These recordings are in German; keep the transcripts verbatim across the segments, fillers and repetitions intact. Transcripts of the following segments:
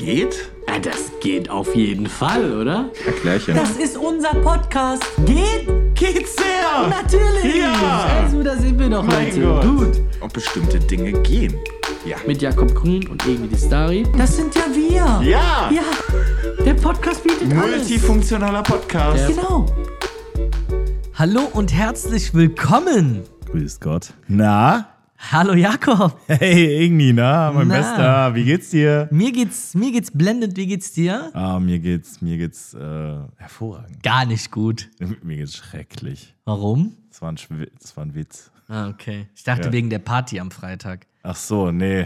geht? Ja, das geht auf jeden Fall, oder? Erklärchen. Das ist unser Podcast. Geht? Geht's sehr? Natürlich! Ja! Also, da sind wir doch Mein heute. Gott. Gut. Und bestimmte Dinge gehen. Ja. Mit Jakob Grün und Emi Distari. Das sind ja wir. Ja! Ja. Der Podcast bietet alles. Multifunktionaler Podcast. Ja. Genau. Hallo und herzlich willkommen. Grüß Gott. Na? Hallo Jakob. Hey, Igni, na, mein Na. Bester, wie geht's dir? Mir geht's, mir geht's blendend. Wie geht's dir? Ah, mir geht's, mir geht's äh, hervorragend. Gar nicht gut. Mir geht's schrecklich. Warum? Das war ein, Schw- das war ein Witz. Ah, okay. Ich dachte Ja. wegen der Party am Freitag. Ach so, nee.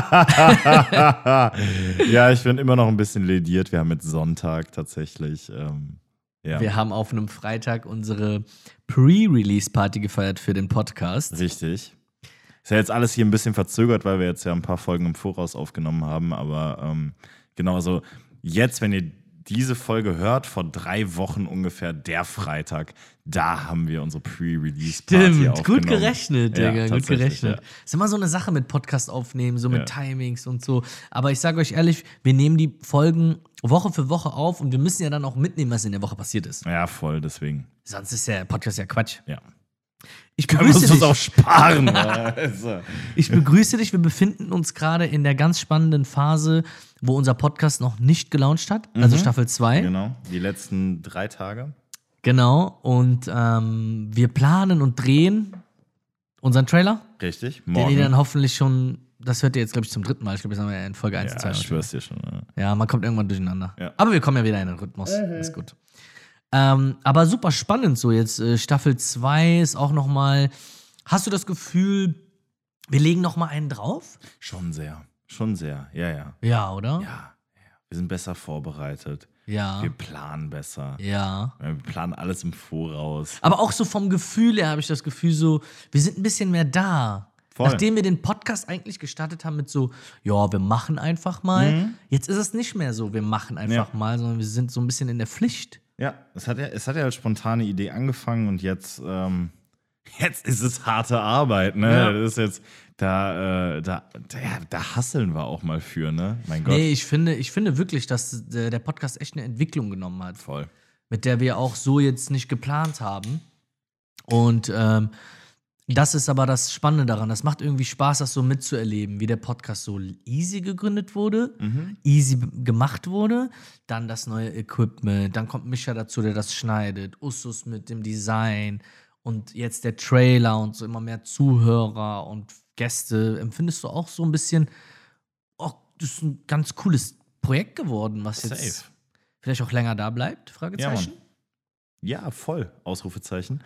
Ja, ich bin immer noch ein bisschen lediert. Wir haben jetzt Sonntag tatsächlich. Ähm, ja, Wir haben auf einem Freitag unsere Pre-Release-Party gefeiert für den Podcast. richtig. Ist ja jetzt alles hier ein bisschen verzögert, weil wir jetzt ja ein paar Folgen im Voraus aufgenommen haben. Aber ähm, genau, also jetzt, wenn ihr diese Folge hört, vor drei Wochen ungefähr, der Freitag, da haben wir unsere Pre-Release-Party Stimmt, aufgenommen. gut gerechnet, Ja, Digga, gut tatsächlich, gerechnet. ja. Ist immer so eine Sache mit Podcast aufnehmen, so mit Ja. Timings und so. Aber ich sage euch ehrlich, wir nehmen die Folgen Woche für Woche auf und wir müssen ja dann auch mitnehmen, was in der Woche passiert ist. Ja, voll, deswegen. Sonst ist der Podcast ja Quatsch. Ja. Ich Können wir begrüße uns das auch dich. sparen. Also. Ich begrüße dich. Wir befinden uns gerade in der ganz spannenden Phase, wo unser Podcast noch nicht gelauncht hat, also Staffel zwei. Genau, die letzten drei Tage. Genau. Und ähm, wir planen und drehen unseren Trailer, Richtig, den morgen. ihr dann hoffentlich schon, das hört ihr jetzt, glaube ich, zum dritten Mal. Ich glaube, das haben wir ja in Folge eins und zwei. Ja, ich schwör's dir schon. Ja. Ja, man kommt irgendwann durcheinander. Ja. Aber wir kommen ja wieder in den Rhythmus. Ist gut. Ähm, aber super spannend so jetzt. Äh, Staffel zwei ist auch noch mal. Hast du das Gefühl, wir legen noch mal einen drauf? Schon sehr, schon sehr, ja, ja. Ja, oder? Ja, ja. Wir sind besser vorbereitet. Ja. Wir planen besser. Ja. Wir planen alles im Voraus. Aber auch so vom Gefühl her habe ich das Gefühl so, wir sind ein bisschen mehr da. Voll. Nachdem wir den Podcast eigentlich gestartet haben mit so, ja, wir machen einfach mal. Jetzt ist es nicht mehr so, wir machen einfach Ja. mal, sondern wir sind so ein bisschen in der Pflicht. Ja, es hat ja, es hat ja als spontane Idee angefangen und jetzt, ähm, jetzt ist es harte Arbeit, ne? Ja. Das ist jetzt, da, äh, da, da, ja, da hasseln wir auch mal für, ne? Mein Gott. Nee, ich finde, ich finde wirklich, dass der der Podcast echt eine Entwicklung genommen hat, Voll. mit der wir auch so jetzt nicht geplant haben. Und ähm, das ist aber das Spannende daran. Das macht irgendwie Spaß, das so mitzuerleben, wie der Podcast so easy gegründet wurde, easy b- gemacht wurde. Dann das neue Equipment, dann kommt Mischa dazu, der das schneidet, Ussus mit dem Design und jetzt der Trailer und so immer mehr Zuhörer und Gäste. Empfindest du auch so ein bisschen, oh, das ist ein ganz cooles Projekt geworden, was jetzt Safe. vielleicht auch länger da bleibt? Fragezeichen. Ja, voll. Ausrufezeichen.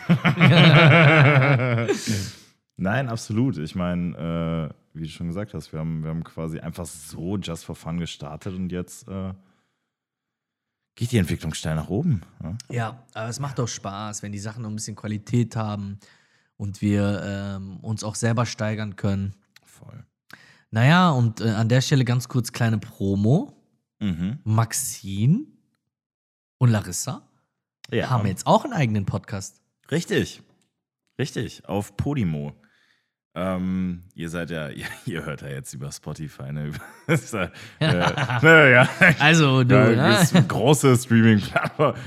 Nein, absolut. Ich meine, äh, wie du schon gesagt hast, wir haben, wir haben quasi einfach so just for fun gestartet und jetzt äh, geht die Entwicklung steil nach oben. Ja? Ja, aber es macht auch Spaß, wenn die Sachen noch ein bisschen Qualität haben und wir ähm, uns auch selber steigern können. Voll. Naja, und äh, an der Stelle ganz kurz kleine Promo. Mhm. Maxine und Larissa Ja. haben jetzt auch einen eigenen Podcast. Richtig. Richtig. Auf Podimo. Ähm, ihr seid ja, ihr, ihr hört ja jetzt über Spotify, ne? Das ist ja, äh, ne, ja. Also, du, Ja, ne? das ist eine große Streaming-Plattform.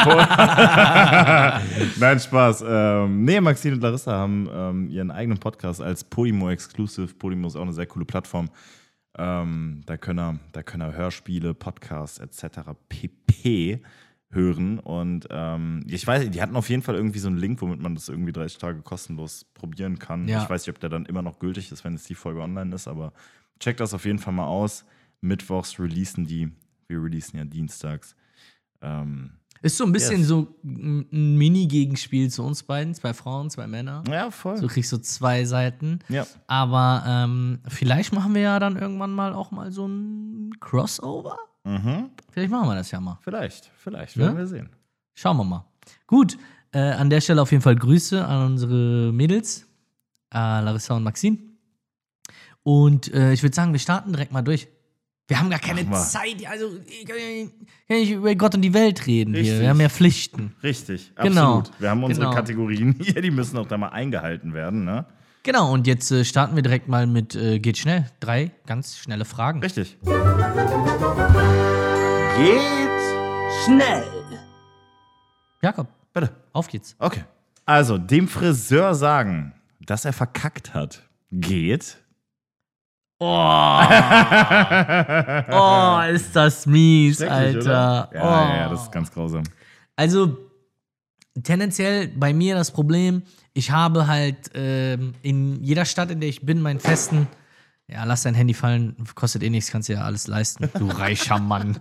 Nein, Spaß. Ähm, nee, Maxine und Larissa haben ähm, ihren eigenen Podcast als Podimo Exclusive. Podimo ist auch eine sehr coole Plattform. Ähm, da können er, da können er Hörspiele, Podcasts et cetera pp. hören. Und ähm, ich weiß, die hatten auf jeden Fall irgendwie so einen Link, womit man das irgendwie dreißig Tage kostenlos probieren kann. Ja. Ich weiß nicht, ob der dann immer noch gültig ist, wenn jetzt die Folge online ist, aber checkt das auf jeden Fall mal aus. Mittwochs releasen die. Wir releasen ja dienstags. Ähm, Ist so ein bisschen Yes. so ein ein Mini-Gegenspiel zu uns beiden. Zwei Frauen, zwei Männer. ja, voll. So kriegst du zwei Seiten. Ja. Aber ähm, vielleicht machen wir ja dann irgendwann mal auch mal so ein Crossover. Mhm. Vielleicht machen wir das ja mal. Vielleicht, vielleicht. Ja? Werden wir sehen. Schauen wir mal. Gut, äh, an der Stelle auf jeden Fall Grüße an unsere Mädels, äh, Larissa und Maxine. Und äh, ich würde sagen, wir starten direkt mal durch. Wir haben gar keine Mach mal. Zeit. Also, ich kann ja nicht- kann nicht über Gott und die Welt reden hier. Richtig. Wir haben ja Pflichten. Richtig, Genau. absolut. Wir haben unsere Genau. Kategorien hier, die müssen auch da mal eingehalten werden, ne? Genau, und jetzt äh, starten wir direkt mal mit äh, Geht schnell. Drei ganz schnelle Fragen. Richtig. Geht. Schnell. Jakob, Bitte. auf geht's. Okay. Also, dem Friseur sagen, dass er verkackt hat, geht. Oh, oh ist das mies, Schrecklich, Alter. oder? Ja, oh. ja, ja, das ist ganz grausam. Also, tendenziell bei mir das Problem, ich habe halt ähm, in jeder Stadt, in der ich bin, meinen festen, ja, lass dein Handy fallen, kostet eh nichts, kannst dir ja alles leisten, du reicher Mann.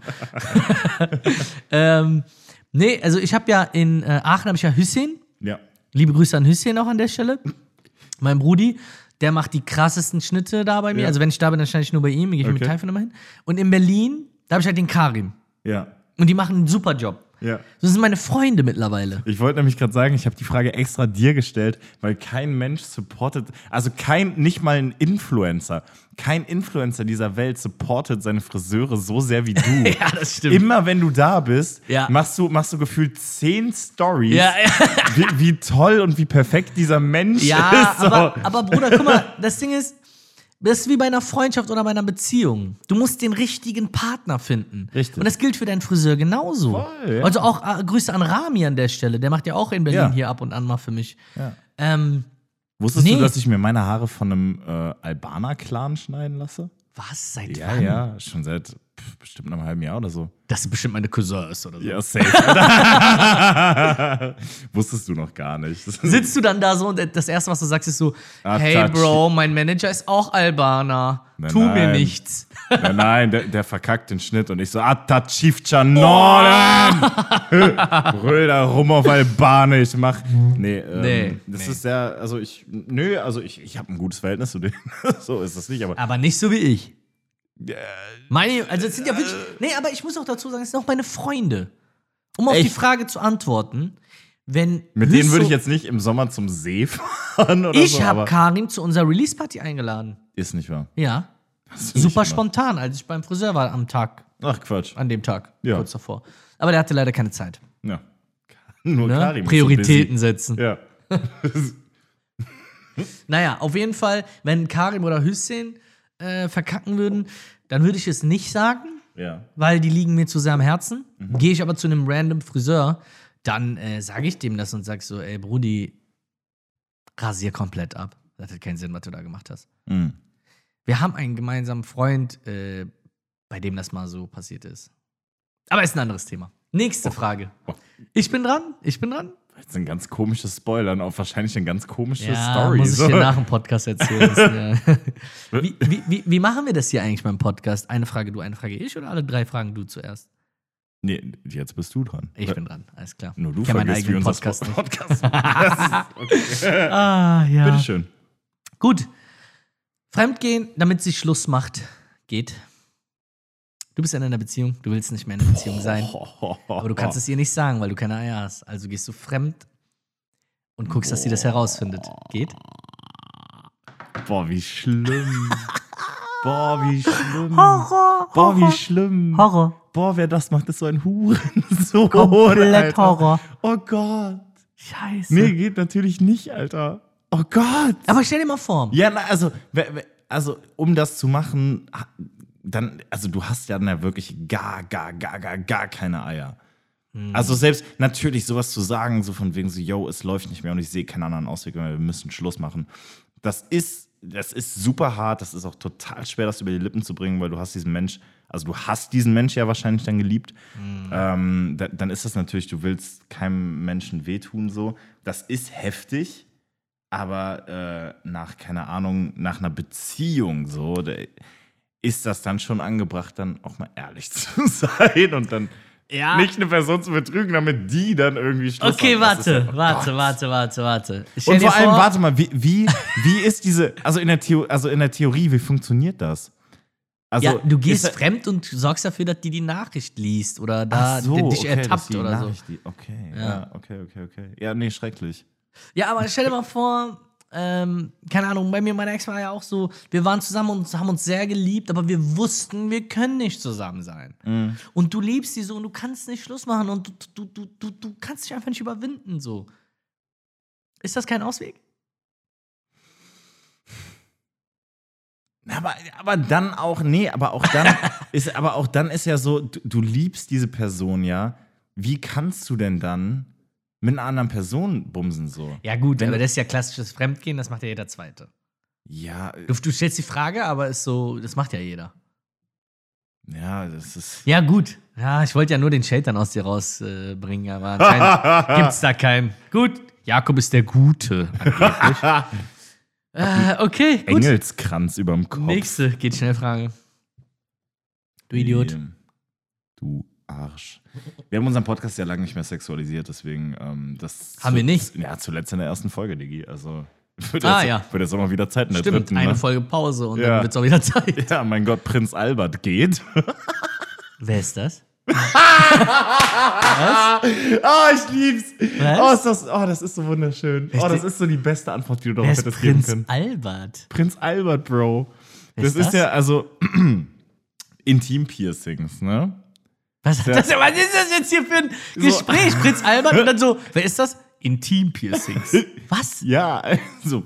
ähm, nee, also ich habe ja in äh, Aachen habe ich ja Hüssein. Ja. Liebe Grüße an Hüssein auch an der Stelle. Mein Brudi, der macht die krassesten Schnitte da bei mir. Ja. Also wenn ich da bin, dann schneide ich nur bei ihm, gehe ich Okay. mit Taifun immer hin. Und in Berlin, da habe ich halt den Karim. Ja. Und die machen einen super Job. Ja. Das sind meine Freunde mittlerweile. Ich wollte nämlich gerade sagen, ich habe die Frage extra dir gestellt, weil kein Mensch supportet, also kein, nicht mal ein Influencer, kein Influencer dieser Welt supportet seine Friseure so sehr wie du. Ja, das stimmt. Immer wenn du da bist, Ja. machst, du, machst du gefühlt zehn Stories, Ja, ja. wie, wie toll und wie perfekt dieser Mensch Ja, ist. So. aber, aber Bruder, guck mal, das Ding ist, das ist wie bei einer Freundschaft oder bei einer Beziehung. Du musst den richtigen Partner finden. Richtig. Und das gilt für deinen Friseur genauso. Voll, ja. Also auch äh, Grüße an Rami an der Stelle. Der macht ja auch in Berlin Ja. hier ab und an mal für mich. Ja. Ähm, Wusstest Nee. du, dass ich mir meine Haare von einem äh, Albaner-Clan schneiden lasse? was? Seit Ja, wann? ja, schon seit pff, bestimmt einem halben Jahr oder so. Das sind bestimmt meine Cousins oder so. Ja, safe. Wusstest du noch gar nicht. Sitzt du dann da so und das Erste, was du sagst, ist so, Ah, hey touch. Bro, mein Manager ist auch Albaner. Nein, Tu mir nein. nichts. Nein, nein, der, der verkackt den Schnitt und ich so, Atta Cifcia Norden! Brüll da rum auf Albanisch, mach. Nee, ähm, Nee, das nee. ist sehr, also ich, nö, also ich, ich habe ein gutes Verhältnis zu denen. So ist das nicht, aber. Aber nicht so wie ich. Meine, also es sind ja wirklich. Nee, aber ich muss auch dazu sagen, es sind auch meine Freunde. Um auf Echt? die Frage zu antworten, wenn. Mit denen würde ich Hüsso- jetzt nicht im Sommer zum See fahren oder Ich so. habe aber Karim zu unserer Release-Party eingeladen. ist nicht wahr. Ja. Hast du nicht Super gemacht. spontan, als ich beim Friseur war am Tag, Ach Quatsch. an dem Tag, Ja. kurz davor. Aber der hatte leider keine Zeit. Ja. Nur Ne? Karim ist so Prioritäten busy. setzen. Ja. Naja, auf jeden Fall, wenn Karim oder Hüssein äh, verkacken würden, dann würde ich es nicht sagen, Ja. weil die liegen mir zu sehr am Herzen. Mhm. Gehe ich aber zu einem random Friseur, dann äh, sage ich dem das und sag so, ey Brudi, rasier komplett ab. Das hat keinen Sinn, was du da gemacht hast. Mhm. Wir haben einen gemeinsamen Freund, äh, bei dem das mal so passiert ist. Aber ist ein anderes Thema. Nächste Frage. Oh. Ich bin dran, ich bin dran. Jetzt ein ganz komisches Spoilern, auch wahrscheinlich eine ganz komische Ja, Story. muss ich so. dir nach dem Podcast erzählen. Das ist, ja. wie, wie, wie, wie machen wir das hier eigentlich beim Podcast? Eine Frage du, eine Frage ich oder alle drei Fragen du zuerst? Nee, jetzt bist du dran. Ich bin dran, alles klar. Nur du ich kenn meinen vergisst, wie eigenen unser Podcast nicht. Podcast ist. Okay. Ah, ja. Bitteschön. Gut. Fremdgehen, damit sich Schluss macht, geht. Du bist in einer Beziehung, du willst nicht mehr in einer Beziehung sein. Aber du kannst es ihr nicht sagen, weil du keine Eier hast. Also gehst du fremd und guckst, dass sie das herausfindet. Geht? Boah, wie schlimm. Boah, wie schlimm. Horror! Boah, wie schlimm. Horror. Boah, wer das macht, ist so ein Hurensohn. Komplett Alter. Horror. Oh Gott. Scheiße. Nee, geht natürlich nicht, Alter. Oh Gott. Aber stell dir mal vor. Ja, na, also, wer- wer- also, um das zu machen, ha- dann, also du hast ja dann ja wirklich gar, gar, gar, gar, gar keine Eier. Also selbst natürlich sowas zu sagen, so von wegen so, yo, es läuft nicht mehr und ich sehe keinen anderen Ausweg mehr, wir müssen Schluss machen. Das ist, das ist super hart, das ist auch total schwer, das über die Lippen zu bringen, weil du hast diesen Mensch, also du hast diesen Mensch ja wahrscheinlich dann geliebt. Ähm, da, dann ist das natürlich, du willst keinem Menschen wehtun, so. Das ist heftig, aber äh, nach, keine Ahnung, nach einer Beziehung, so, da ist das dann schon angebracht, dann auch mal ehrlich zu sein und dann Ja. nicht eine Person zu betrügen, damit die dann irgendwie Schluss Okay, haben. Das ist warte, ja- oh warte, Gott. warte, warte, warte. Stell Und dir vor allem, vor- warte mal, wie, wie, wie ist diese, also in, der Theo, also in der Theorie, wie funktioniert das? Also, ja, du gehst ist- fremd und sorgst dafür, dass die die Nachricht liest oder da Ach so, dich okay, ertappt dass die oder so. Nachricht, die, okay, Ja. ja. okay, okay, okay. Ja, nee, schrecklich. Ja, aber stell dir mal vor, ähm, keine Ahnung, bei mir und meiner Ex war ja auch so, wir waren zusammen und haben uns sehr geliebt, aber wir wussten, wir können nicht zusammen sein. Mhm. Und du liebst sie so und du kannst nicht Schluss machen und du, du, du, du, du kannst dich einfach nicht überwinden so. Ist das kein Ausweg? Aber, aber dann auch, nee, aber auch dann ist, aber auch dann ist ja so, du, du liebst diese Person, ja. Wie kannst du denn dann mit einer anderen Person bumsen so? Ja, gut, Wenn aber du- das ist ja klassisches Fremdgehen, das macht ja jeder Zweite. Ja, Du, du stellst die Frage, aber ist so, das macht ja jeder. ja, das ist. Ja, gut. Ja, ich wollte ja nur den Shade dann aus dir rausbringen, äh, bringen, aber anscheinend gibt's da keinen. Gut, Jakob ist der Gute. angeblich. äh, okay, gut. Engelskranz überm Kopf. Nächste, geht schnell Frage. Du Idiot. Ähm, Du Arsch. Wir haben unseren Podcast ja lange nicht mehr sexualisiert, deswegen ähm, das. Haben wir nicht? Ja, zuletzt in der ersten Folge, Digi. Also wird Ah, jetzt, ja. wird jetzt auch mal wieder Zeit in der Stimmt, dritten. eine ne? Folge Pause und Ja. dann wird's auch wieder Zeit. Ja, mein Gott, Prinz Albert geht. Wer ist das? Ah, ich lieb's. Was? Oh, ist das, oh, das ist so wunderschön. Oh, das Richtig. ist so die beste Antwort, die du Wer darauf ist hättest geben Prinz können. Albert? Prinz Albert, Bro. Wer Das ist ist, das? ja, also Intim-Piercings, ne? Was, Ja. das, was ist das jetzt hier für ein Gespräch? Prinz Albert und dann so, wer ist das? Intim-Piercings. Was? Ja, also.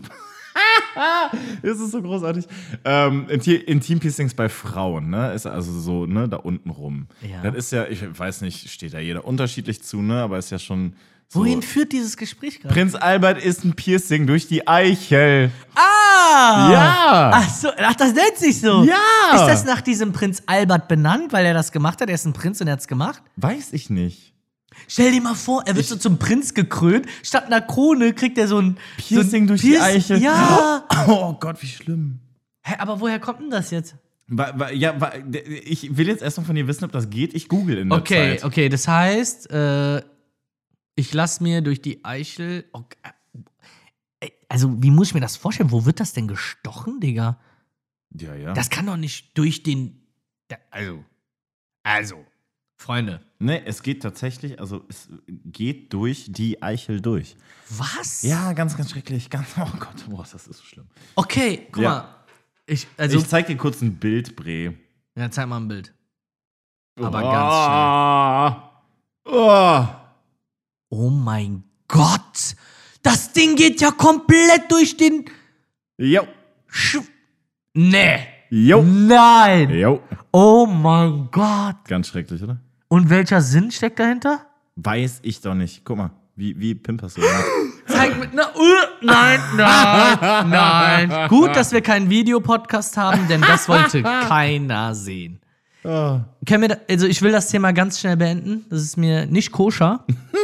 Das ist so großartig. Ähm, Inti- Intim-Piercings bei Frauen, ne? Ist also so, ne, da unten rum. Ja. Das ist ja, ich weiß nicht, steht da jeder unterschiedlich zu, ne? Aber ist ja schon. So. Wohin führt dieses Gespräch gerade? Prinz Albert ist ein Piercing durch die Eichel. Ah! Ja! Ach so, ach, das nennt sich so. Ja! Ist das nach diesem Prinz Albert benannt, weil er das gemacht hat? Er ist ein Prinz und er hat's gemacht? Weiß ich nicht. Stell dir mal vor, er wird so zum Prinz gekrönt. Statt einer Krone kriegt er so ein Piercing so ein durch die Pierc- Eichel. Ja! Oh Gott, wie schlimm. Hä, aber woher kommt denn das jetzt? Wa- wa- Ja, wa- ich will jetzt erst mal von dir wissen, ob das geht. Ich google in der Okay, Zeit. okay, das heißt, äh, ich lass mir durch die Eichel. Okay, äh, also, wie muss ich mir das vorstellen? Wo wird das denn gestochen, Digga? Ja, ja. Das kann doch nicht durch den. Da, also. Also. Freunde. Ne, es geht tatsächlich, also es geht durch die Eichel durch. Was? Ja, ganz, ganz schrecklich. Ganz, oh Gott, boah, das ist so schlimm. Okay, guck Ja. mal. Ich, also, ich zeig dir kurz ein Bild, Bre. ja, zeig mal ein Bild. Aber ganz schnell. Oh. Oh mein Gott! Das Ding geht ja komplett durch den. Jo. Sch nee. Jo. Nein! Jo. Oh mein Gott! Ganz schrecklich, oder? Und welcher Sinn steckt dahinter? Weiß ich doch nicht. Guck mal, wie, wie pimperst du das? Zeig mit. Na, uh, nein, nein, nein. Gut, dass wir keinen Videopodcast haben, denn das wollte keiner sehen. Oh. Können wir da, also ich will das Thema ganz schnell beenden. Das ist mir nicht koscher.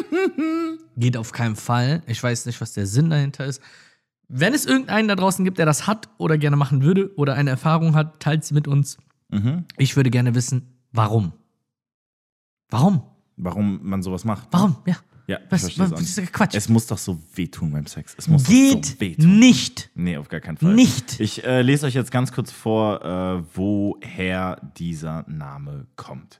Geht auf keinen Fall. Ich weiß nicht, was der Sinn dahinter ist. Wenn es irgendeinen da draußen gibt, der das hat oder gerne machen würde oder eine Erfahrung hat, teilt sie mit uns. Mhm. Ich würde gerne wissen, warum. Warum? Warum man sowas macht. Warum? Ja. Ja, ich Was, verstehe was, es auch was ist nicht. der Quatsch? Es muss doch so wehtun beim Sex. Es muss doch Geht so wehtun. nicht. Nee, auf gar keinen Fall. Nicht. Ich äh, lese euch jetzt ganz kurz vor, äh, woher dieser Name kommt.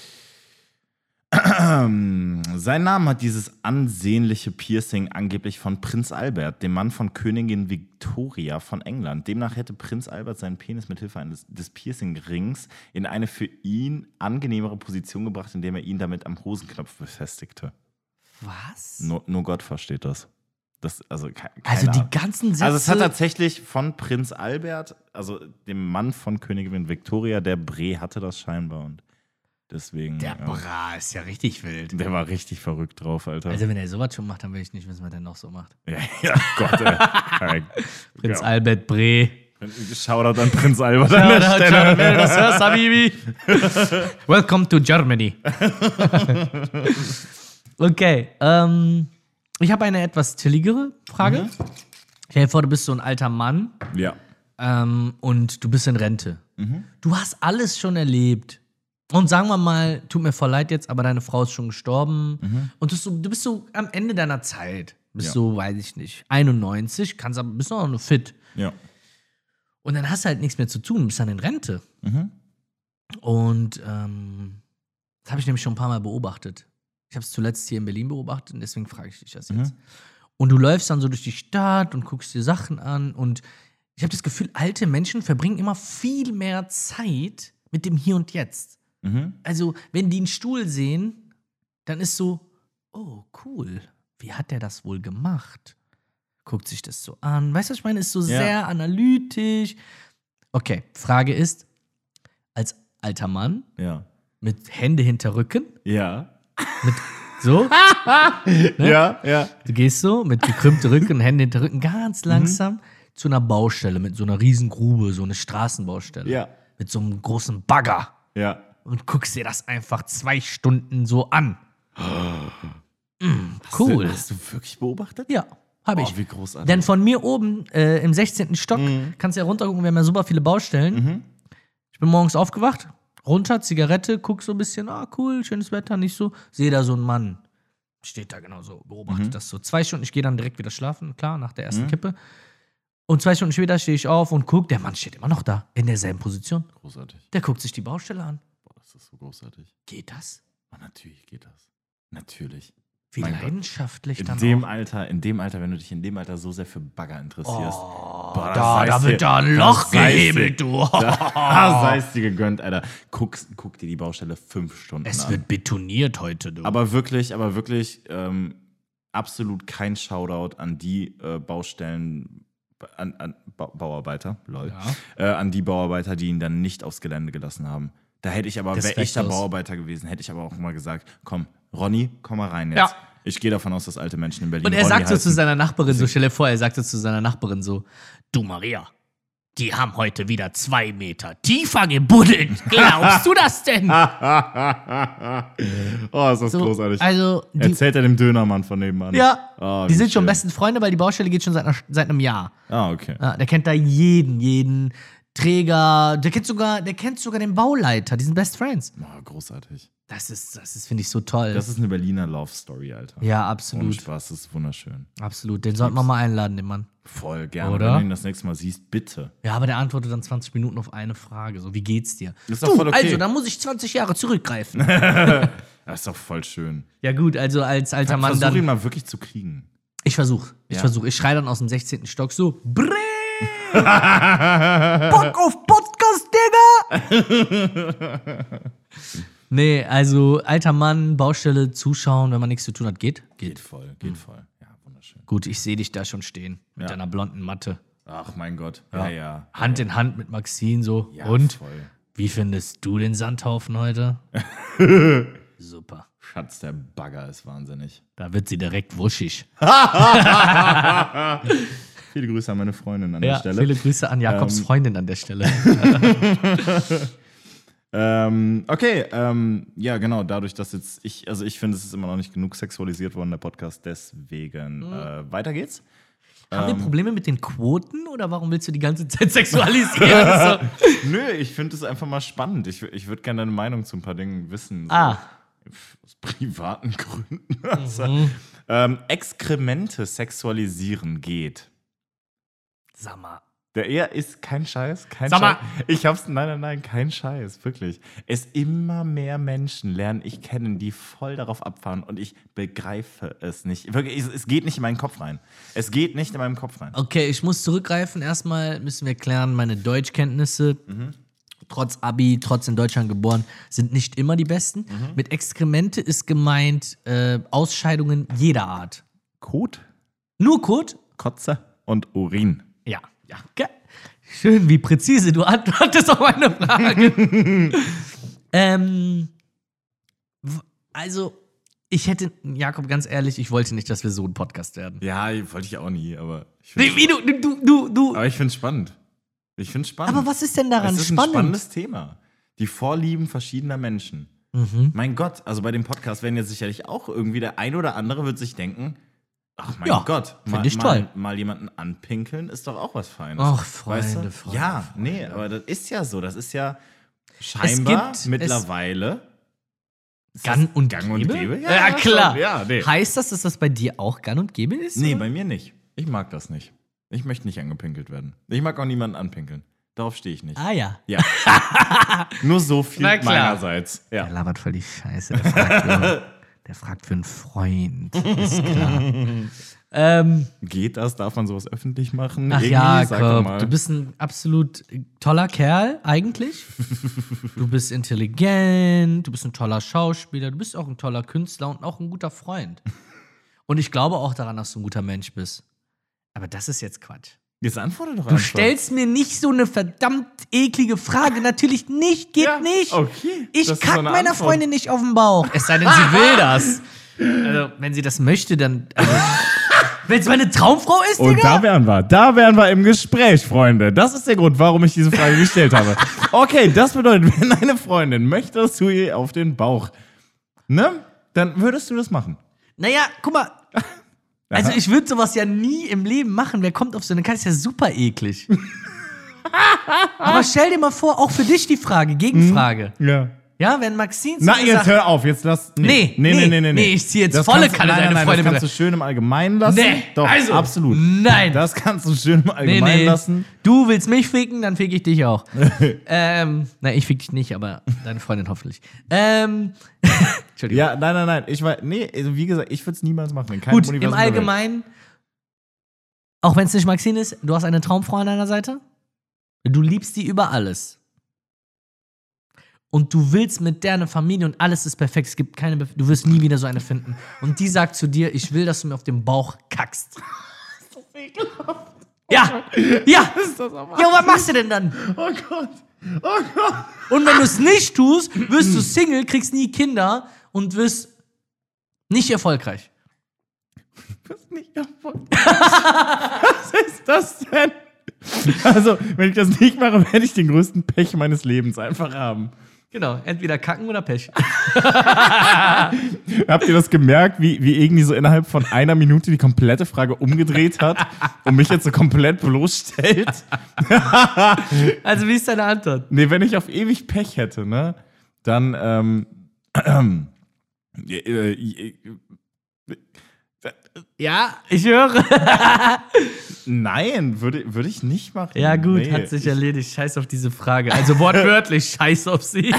Sein Name hat dieses ansehnliche Piercing angeblich von Prinz Albert, dem Mann von Königin Victoria von England. Demnach hätte Prinz Albert seinen Penis mithilfe eines des Piercing-Rings in eine für ihn angenehmere Position gebracht, indem er ihn damit am Hosenknopf befestigte. Was? Nur, nur Gott versteht das. das also, ke- keine Also die Ahnung. ganzen Sätze. Also es hat tatsächlich von Prinz Albert, also dem Mann von Königin Victoria, der Bre hatte das scheinbar und deswegen. der ja, Bra ist ja richtig wild. der war richtig verrückt drauf, Alter. Also wenn er sowas schon macht, dann will ich nicht wissen, was er noch so macht. ja, ja, Gott, ey. Prinz ja. Albert Bre. Shoutout an Prinz Albert Ja, an der da, Stelle. wenn du das hörst, Habibi. Welcome to Germany. Okay, ähm, ich habe eine etwas chilligere Frage. Stell dir vor, du bist so ein alter Mann Ja. ähm, und du bist in Rente. Du hast alles schon erlebt. Und sagen wir mal, tut mir voll leid jetzt, aber deine Frau ist schon gestorben. Und du bist, so, du bist so am Ende deiner Zeit. Bist Ja. so, weiß ich nicht, einundneunzig, kannst aber bist noch fit. Ja. Und dann hast du halt nichts mehr zu tun, bist dann in Rente. Mhm. Und ähm, das habe ich nämlich schon ein paar Mal beobachtet. Ich habe es zuletzt hier in Berlin beobachtet und deswegen frage ich dich das jetzt. Und du läufst dann so durch die Stadt und guckst dir Sachen an und ich habe das Gefühl, alte Menschen verbringen immer viel mehr Zeit mit dem Hier und Jetzt. Mhm. Also, wenn die einen Stuhl sehen, dann ist so, oh, cool, wie hat der das wohl gemacht? Guckt sich das so an. Weißt du, was ich meine? Ist so Ja. sehr analytisch. Okay, Frage ist, als alter Mann Ja. mit Hände hinter Rücken, Ja. so, Ja, ja. du gehst so mit gekrümmtem Rücken und Hände hinter Rücken ganz langsam zu einer Baustelle mit so einer riesen Grube, so eine Straßenbaustelle. Ja. Mit so einem großen Bagger. Ja. Und guckst dir das einfach zwei Stunden so an. Mm, cool. Hast du wirklich beobachtet? Ja, habe Oh, ich. wie großartig. Denn von mir oben äh, im sechzehnten Stock Mhm. kannst du ja runtergucken, wir haben ja super viele Baustellen. Ich bin morgens aufgewacht, runter, Zigarette, guck so ein bisschen, ah cool, schönes Wetter, nicht so. Sehe da so einen Mann, steht da genau so, beobachtet Mhm. das so. Zwei Stunden, ich gehe dann direkt wieder schlafen, klar, nach der ersten Kippe. Und zwei Stunden später stehe ich auf und guck, der Mann steht immer noch da, in derselben Position. Großartig. Der guckt sich die Baustelle an. Boah, das ist so großartig. Geht das? Oh, natürlich geht das. Natürlich. Wie Mein Gott. leidenschaftlich In dann dem auch. Alter, in dem Alter, wenn du dich in dem Alter so sehr für Bagger interessierst. Oh, boah, das da, sei's da dir- wird da ein das Loch sei's gehebelt, dir- du. Da sei es dir gegönnt, Alter. Guck, guck dir die Baustelle fünf Stunden Es an. wird betoniert heute, du. Aber wirklich, aber wirklich ähm, absolut kein Shoutout an die äh, Baustellen, an, an ba Bauarbeiter, lol, Ja. äh, an die Bauarbeiter, die ihn dann nicht aufs Gelände gelassen haben. Da hätte ich aber, wäre ich der Respektlos. Bauarbeiter gewesen, hätte ich aber auch mal gesagt, komm, Ronny, komm mal rein jetzt. Ja. Ich gehe davon aus, dass alte Menschen in Berlin Und er Ronny sagt so heißen. zu seiner Nachbarin, so stell dir vor, er sagt so zu seiner Nachbarin so, du Maria, die haben heute wieder zwei Meter tiefer gebuddelt. Glaubst du das denn? Oh, ist das So, großartig. also, die, Erzählt er dem Dönermann von nebenan. ja, Oh, die wie sind schon schön. besten Freunde, weil die Baustelle geht schon seit, einer, seit einem Jahr. Ah, okay. Ja, der kennt da jeden, jeden Träger, der kennt sogar, der kennt sogar den Bauleiter, die sind Best Friends. Oh, großartig. Das ist, das ist, finde ich, so toll. Das ist eine Berliner Love Story, Alter. ja, Ohne absolut. Spaß, das ist wunderschön. Absolut. Den sollten wir mal einladen, den Mann. Voll gerne. Oder? Wenn du ihn das nächste Mal siehst, bitte. Ja, aber der antwortet dann zwanzig Minuten auf eine Frage. So, wie geht's dir? Ist doch voll okay. Also, da muss ich zwanzig Jahre zurückgreifen. Das ist doch voll schön. Ja, gut, also als alter Mann Versuch ihn dann. mal wirklich zu kriegen. Ich versuch. Ich Ja. versuch. Ich schreie dann aus dem sechzehnten Stock so: Brrrr! Bock auf Podcast, Digga! Nee, also alter Mann, Baustelle, zuschauen, wenn man nichts zu tun hat, geht? Geht voll, geht voll. Ja, wunderschön. Gut, ich sehe dich da schon stehen. Mit Ja. deiner blonden Matte. Ach, mein Gott. Ja, ja. Hand in Hand mit Maxine so. Ja, Und? voll. Wie findest du den Sandhaufen heute? Super. Schatz, der Bagger ist wahnsinnig. Da wird sie direkt wuschig. Viele Grüße an meine Freundin an Ja, der Stelle. viele Grüße an Jakobs Ähm, Freundin an der Stelle. Ähm, okay, ähm, ja, genau, dadurch, dass jetzt ich, also ich finde, es ist immer noch nicht genug sexualisiert worden, der Podcast, deswegen äh, weiter geht's. Haben Ähm. wir Probleme mit den Quoten oder warum willst du die ganze Zeit sexualisieren? so. Nö, ich finde es einfach mal spannend. Ich, ich würde gerne deine Meinung zu ein paar Dingen wissen. So. Ah. Aus privaten Gründen. Also, ähm, Exkremente sexualisieren geht. Sag mal. Der eher ist kein Scheiß, kein Sag mal. Scheiß. Ich hab's, nein, nein, nein, kein Scheiß, wirklich. Es immer mehr Menschen lernen ich kennen, die voll darauf abfahren und ich begreife es nicht. Wirklich, es, es geht nicht in meinen Kopf rein. Es geht nicht in meinen Kopf rein. Okay, ich muss zurückgreifen. Erstmal müssen wir klären, meine Deutschkenntnisse, trotz Abi, trotz in Deutschland geboren, sind nicht immer die besten. Mit Exkremente ist gemeint äh, Ausscheidungen jeder Art. Kot, Nur Kot? Kotze und Urin. Ja. Ja. Ge- Schön, wie präzise du antwortest auf meine Frage. ähm, w- also, ich hätte, Jakob, ganz ehrlich, ich wollte nicht, dass wir so ein Podcast werden. Ja, wollte ich auch nie, aber ich Wie, finde wie du, du, du, du. aber ich find's spannend. Ich find's spannend. Aber was ist denn daran es ist ein spannend? spannendes Thema. Die Vorlieben verschiedener Menschen. Mhm. Mein Gott, also bei dem Podcast werden jetzt sicherlich auch irgendwie der ein oder andere wird sich denken, ach mein Ja, Gott, find mal, ich toll. mal, mal jemanden anpinkeln ist doch auch was Feines. Ach, Freunde, du? Freunde, Ja, Freunde. nee, aber das ist ja so. Das ist ja scheinbar gibt- mittlerweile ist das Gang und Gang und Gäbe? Gäbe. Ja, klar. schon. Ja, nee. Heißt das, dass das bei dir auch Gang und Gäbe ist? Nee, oder? bei mir nicht. Ich mag das nicht. Ich möchte nicht angepinkelt werden. Ich mag auch niemanden anpinkeln. Darauf stehe ich nicht. Ah ja. Ja. Nur so viel Na klar. meinerseits. Ja. Der labert voll die Scheiße. Der fragt, für, der fragt für einen Freund. Ist klar. ähm, Geht das? Darf man sowas öffentlich machen? ach Irgendwie? Sag doch Jakob, mal. du bist ein absolut toller Kerl, eigentlich. Du bist intelligent, du bist ein toller Schauspieler, du bist auch ein toller Künstler und auch ein guter Freund. Und ich glaube auch daran, dass du ein guter Mensch bist. Aber das ist jetzt Quatsch. Jetzt antworte doch Du einfach. stellst mir nicht so eine verdammt eklige Frage. Natürlich nicht, geht Ja, nicht. okay. Ich Das ist kack so eine meiner Antwort. Freundin nicht auf den Bauch. Es sei denn, sie will das. Also, wenn sie das möchte, dann. Also, wenn es meine Traumfrau ist, Und Digga. da wären wir. Da wären wir im Gespräch, Freunde. Das ist der Grund, warum ich diese Frage gestellt habe. Okay, das bedeutet, wenn deine Freundin möchte, dass du ihr auf den Bauch, ne? Dann würdest du das machen. Naja, guck mal. Also, ich würde sowas ja nie im Leben machen. Wer kommt auf so eine Karte? Ist ja super eklig. Aber stell dir mal vor, auch für dich die Frage, Gegenfrage. Ja. Ja, wenn Maxine zu Na, mir jetzt sagt, hör auf, jetzt lass. Nee, nee, nee, nee, nee. nee, ich zieh jetzt Das volle kannst- Kanne nein, deine nein, Freundin Das kannst mit du schön im Allgemeinen lassen. Nee, Doch, also, absolut. nein. Das kannst du schön im nee, Allgemeinen nee, lassen. du willst mich ficken, dann fick ich dich auch. ähm, nein, ich fick dich nicht, aber deine Freundin hoffentlich. Ähm, Entschuldigung. Ja, nein, nein, nein. Ich weiß, nee, also wie gesagt, ich würde es niemals machen. In keinem Gut, Universum im der Welt. Allgemeinen, auch wenn es nicht Maxine ist, du hast eine Traumfrau an deiner Seite. Du liebst die über alles. Und du willst mit der eine Familie und alles ist perfekt. Es gibt keine, Bef- du wirst nie wieder so eine finden. Und die sagt zu dir, ich will, dass du mir auf den Bauch kackst. Ja, ja. Ja, was machst du denn dann? Oh Gott. Oh Gott. Und wenn du es nicht tust, wirst du Single, kriegst nie Kinder und wirst nicht erfolgreich. Das ist nicht davon. Was ist das denn? Also, wenn ich das nicht mache, werde ich den größten Pech meines Lebens einfach haben. Genau, entweder kacken oder Pech. Habt ihr das gemerkt, wie, wie irgendwie so innerhalb von einer Minute die komplette Frage umgedreht hat und mich jetzt so komplett bloßstellt? Also, wie ist deine Antwort? Nee, wenn ich auf ewig Pech hätte, ne, dann, ähm, ähm, äh, äh, Ja, ich höre. nein, würde, würde ich nicht machen. Ja, gut, Nee. hat sich erledigt. Scheiß auf diese Frage. Also wortwörtlich, scheiß auf sie.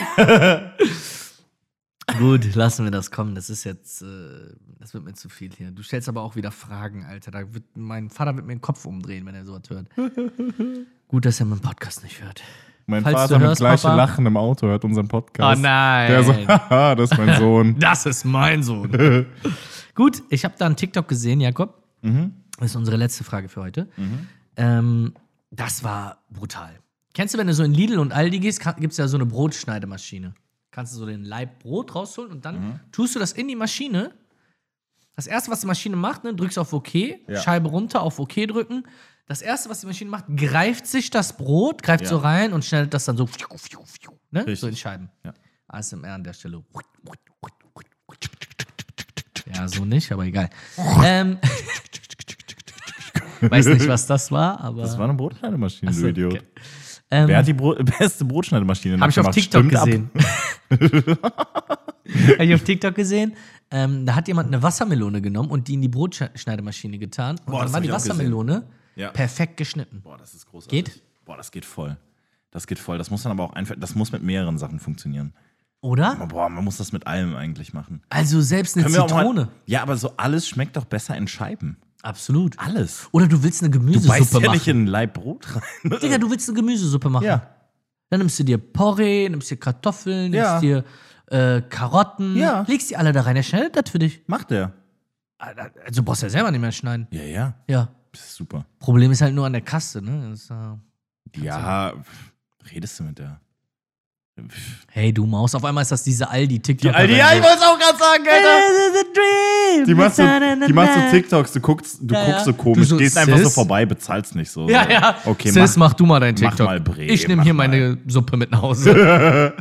Gut, lassen wir das kommen. Das ist jetzt, äh, das wird mir zu viel hier. Du stellst aber auch wieder Fragen, Alter. Da wird, mein Vater wird mir den Kopf umdrehen, wenn er sowas hört. Gut, dass er meinen Podcast nicht hört. Mein Falls Vater du mit hörst, gleiche Papa. Lachen im Auto hört unseren Podcast. Oh nein. Der so, haha, das ist mein Sohn. Das ist mein Sohn. Gut, ich habe da einen TikTok gesehen, Jakob. Mhm. Das ist unsere letzte Frage für heute. Mhm. Ähm, das war brutal. Kennst du, wenn du so in Lidl und Aldi gehst, gibt es ja so eine Brotschneidemaschine. Kannst du so den Laib Brot rausholen und dann Mhm. tust du das in die Maschine. Das erste, was die Maschine macht, ne, drückst auf OK, Ja. Scheibe runter, auf OK drücken. Das erste, was die Maschine macht, greift sich das Brot, greift Ja. so rein und schneidet das dann so, ne, Richtig. so in Scheiben. Ja. A S M R an der Stelle. Ja, so nicht, aber egal. ähm, weiß nicht, was das war, aber. Das war eine Brotschneidemaschine, Achso, du Idiot. okay. Ähm, Wer hat die Bro beste Brotschneidemaschine Habe ich auf nachgemacht? TikTok Stimmt ab. gesehen. Habe ich auf TikTok gesehen. Ähm, da hat jemand eine Wassermelone genommen und die in die Brotschneidemaschine getan. Und Boah, das dann war hab die ich auch gesehen. Wassermelone Ja. perfekt geschnitten. Boah, das ist großartig. Geht? Boah, das geht voll. Das geht voll. Das muss dann aber auch einfach, das muss mit mehreren Sachen funktionieren. Oder? Aber boah, man muss das mit allem eigentlich machen. Also selbst eine Können wir auch Zitrone. Mal, ja, aber so alles schmeckt doch besser in Scheiben. Absolut. Alles. Oder du willst eine Du Gemüsesuppe beißt ja machen. nicht in ein Laib Brot rein. Digga, du willst eine Gemüsesuppe machen. Ja. Dann nimmst du dir Porree, nimmst dir Kartoffeln, nimmst Ja. dir äh, Karotten, Ja. legst die alle da rein. Er schneidet das für dich. Macht der. Also du brauchst ja selber nicht mehr schneiden. Ja, ja. Ja. Das ist super. Problem ist halt nur an der Kasse, ne? Das, äh, Ja, redest du mit der? hey, du Maus, auf einmal ist das diese Aldi-TikTok. Ja, ich wollte es auch gerade sagen, Alter. dream. Die macht, so, die macht so TikToks, du guckst, du Ja, guckst ja. so komisch, Du so, gehst einfach so Sis? vorbei, bezahlst nicht so. Ja, ja. Okay, Sis, mach, mach du mal dein mach TikTok. mal Bre, ich nehme mach hier mal. meine Suppe mit nach Hause.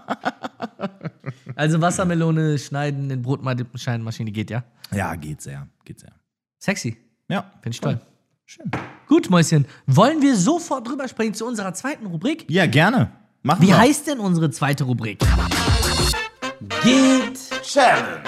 Also Wassermelone schneiden in Brotschneidemaschine geht, ja? Ja, geht sehr, geht sehr. Sexy. Ja, Finde ich toll. Schön. Gut, Mäuschen. Wollen wir sofort drüber springen zu unserer zweiten Rubrik? Ja, gerne. Machen Wie wir. heißt denn unsere zweite Rubrik? Geht. Challenge.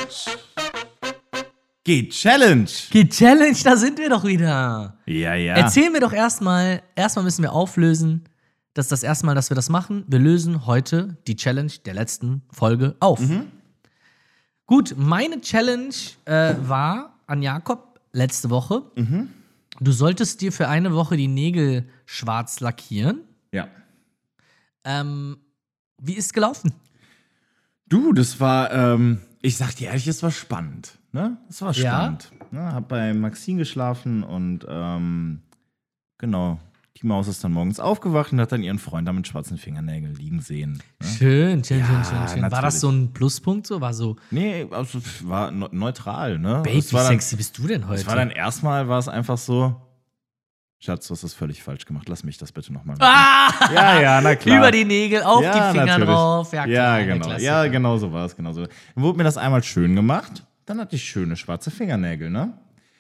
Geht Challenge. Geht Challenge, da sind wir doch wieder. Ja, ja. Erzähl mir doch erstmal, erstmal müssen wir auflösen, das ist das erste Mal, dass wir das machen. Wir lösen heute die Challenge der letzten Folge auf. Gut, meine Challenge äh, war an Jakob letzte Woche. Du solltest dir für eine Woche die Nägel schwarz lackieren. Ja. Ähm, wie ist es gelaufen? Du, das war, ähm, ich sag dir ehrlich, das war spannend. Ne? Das war Ja? spannend. Ne? Hab bei Maxine geschlafen und ähm, genau. Die Maus ist dann morgens aufgewacht und hat dann ihren Freund da mit schwarzen Fingernägeln liegen sehen. Ne? Schön, schön, Ja, schön, schön, schön. War natürlich. das so ein Pluspunkt so? War so, Nee, also war ne- neutral, ne? Baby, Es war wie dann, sexy bist du denn heute? es war dann erstmal, war es einfach so, Schatz, du hast das völlig falsch gemacht, lass mich das bitte nochmal machen. ah! Ja, ja, na klar. Über die Nägel, auf Ja, die Finger natürlich. drauf. Ja, Ja, klar, der genau. Klassiker. Ja, genau so war es, genau so. Dann wurde mir das einmal schön gemacht, dann hatte ich schöne schwarze Fingernägel, ne?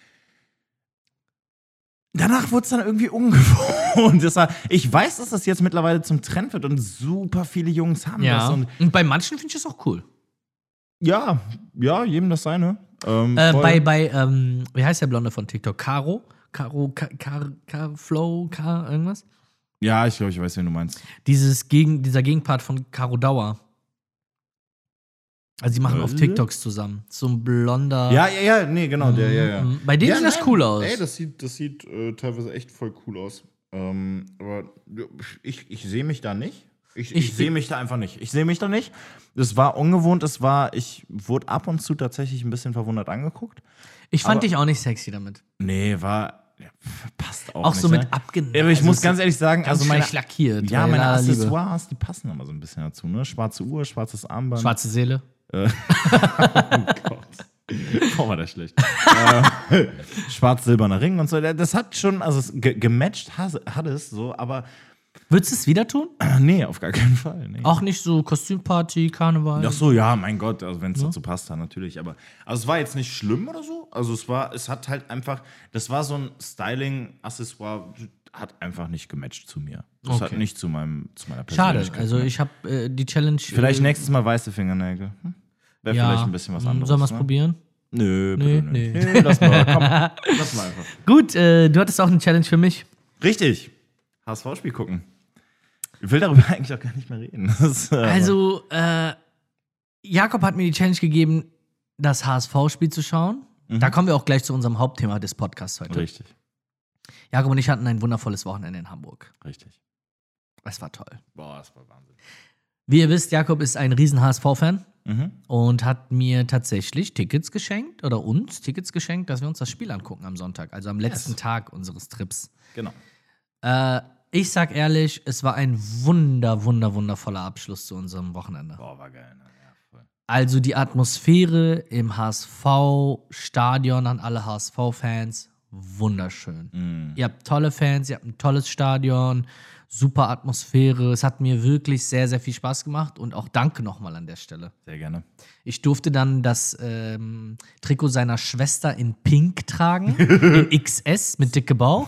Danach wurde es dann irgendwie ungewohnt. Das war, ich weiß, dass das jetzt mittlerweile zum Trend wird und super viele Jungs haben Ja, das. Und und bei manchen finde ich das auch cool. ja, ja, jedem das seine. Ähm, Äh, voll. bei, bei ähm, wie heißt der Blonde von TikTok? Caro? Caro, Car, Car, Car Flow, Car, irgendwas? ja, ich glaube, ich weiß, wen du meinst. Dieses Gegen, dieser Gegenpart von Caro Dauer. Also, die machen Äh? auf TikToks zusammen. So ein blonder. Ja, ja, ja, nee, genau, der, ja, ja. Mhm. Bei denen ja, sieht das nein, cool aus. Ey, das sieht, das sieht äh, teilweise echt voll cool aus. Ähm, aber ja, ich, ich sehe mich da nicht. Ich, ich, Ich- sehe mich da einfach nicht. Ich sehe mich da nicht. Das war ungewohnt. Es war, ich wurde ab und zu tatsächlich ein bisschen verwundert angeguckt. Ich fand aber- dich auch nicht sexy damit. Nee, war, ja, passt auch, Auch nicht. so mit ne? abgenäht. Aber ich Also muss es ganz ehrlich sagen, ganz also meine, schlecht lackiert. ja, bei meine aller Liebe. Accessoires, die passen immer so ein bisschen dazu. Ne? Schwarze Uhr, schwarzes Armband. Schwarze Seele. Oh Gott. Boah, war das schlecht. äh, Schwarz-silberner Ring und so. Das hat schon, also es ge gematcht hat, hat es so, aber Würdest du es wieder tun? äh, nee, auf gar keinen Fall. Nee. Auch nicht so Kostümparty, Karneval? Ach so, ja, mein Gott, also wenn es dazu passt, dann natürlich. Aber also es war jetzt nicht schlimm oder so. Also es war, es hat halt einfach, das war so ein Styling-Accessoire, hat einfach nicht gematcht zu mir. Das Okay. hat nicht zu meinem, zu meiner Schade. Persönlichkeit Also, gematcht. ich habe äh, die Challenge. Vielleicht äh, nächstes Mal weiße Fingernägel. Hm? Wäre ja, vielleicht ein bisschen was mh, anderes. Sollen wir es ne? probieren? Nö, Nee, bitte nee. nicht. Nee, lass mal, komm, lass mal einfach. Gut, äh, du hattest auch eine Challenge für mich. Richtig. H S V-Spiel gucken. Ich will darüber eigentlich auch gar nicht mehr reden. Das ist, äh, Also, äh, Jakob hat mir die Challenge gegeben, das H S V-Spiel zu schauen. Da kommen wir auch gleich zu unserem Hauptthema des Podcasts heute. Richtig, Jakob und ich hatten ein wundervolles Wochenende in Hamburg. richtig. Es war toll. Boah, das war Wahnsinn. Wie ihr wisst, Jakob ist ein riesen H S V-Fan Mhm. und hat mir tatsächlich Tickets geschenkt oder uns Tickets geschenkt, dass wir uns das Spiel angucken am Sonntag, also am letzten Yes. Tag unseres Trips. Genau. Äh, ich sag ehrlich, es war ein wunder, wunder, wundervoller Abschluss zu unserem Wochenende. Boah, war geil. Ne? Ja, voll. Also die Atmosphäre im H S V-Stadion an alle H S V-Fans, wunderschön. Mhm. Ihr habt tolle Fans, ihr habt ein tolles Stadion, super Atmosphäre. Es hat mir wirklich sehr, sehr viel Spaß gemacht und auch danke nochmal an der Stelle. Sehr gerne. Ich durfte dann das ähm, Trikot seiner Schwester in Pink tragen, in X S mit dicke Bauch.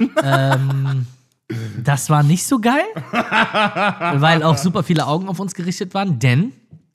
ähm, das war nicht so geil, weil auch super viele Augen auf uns gerichtet waren, denn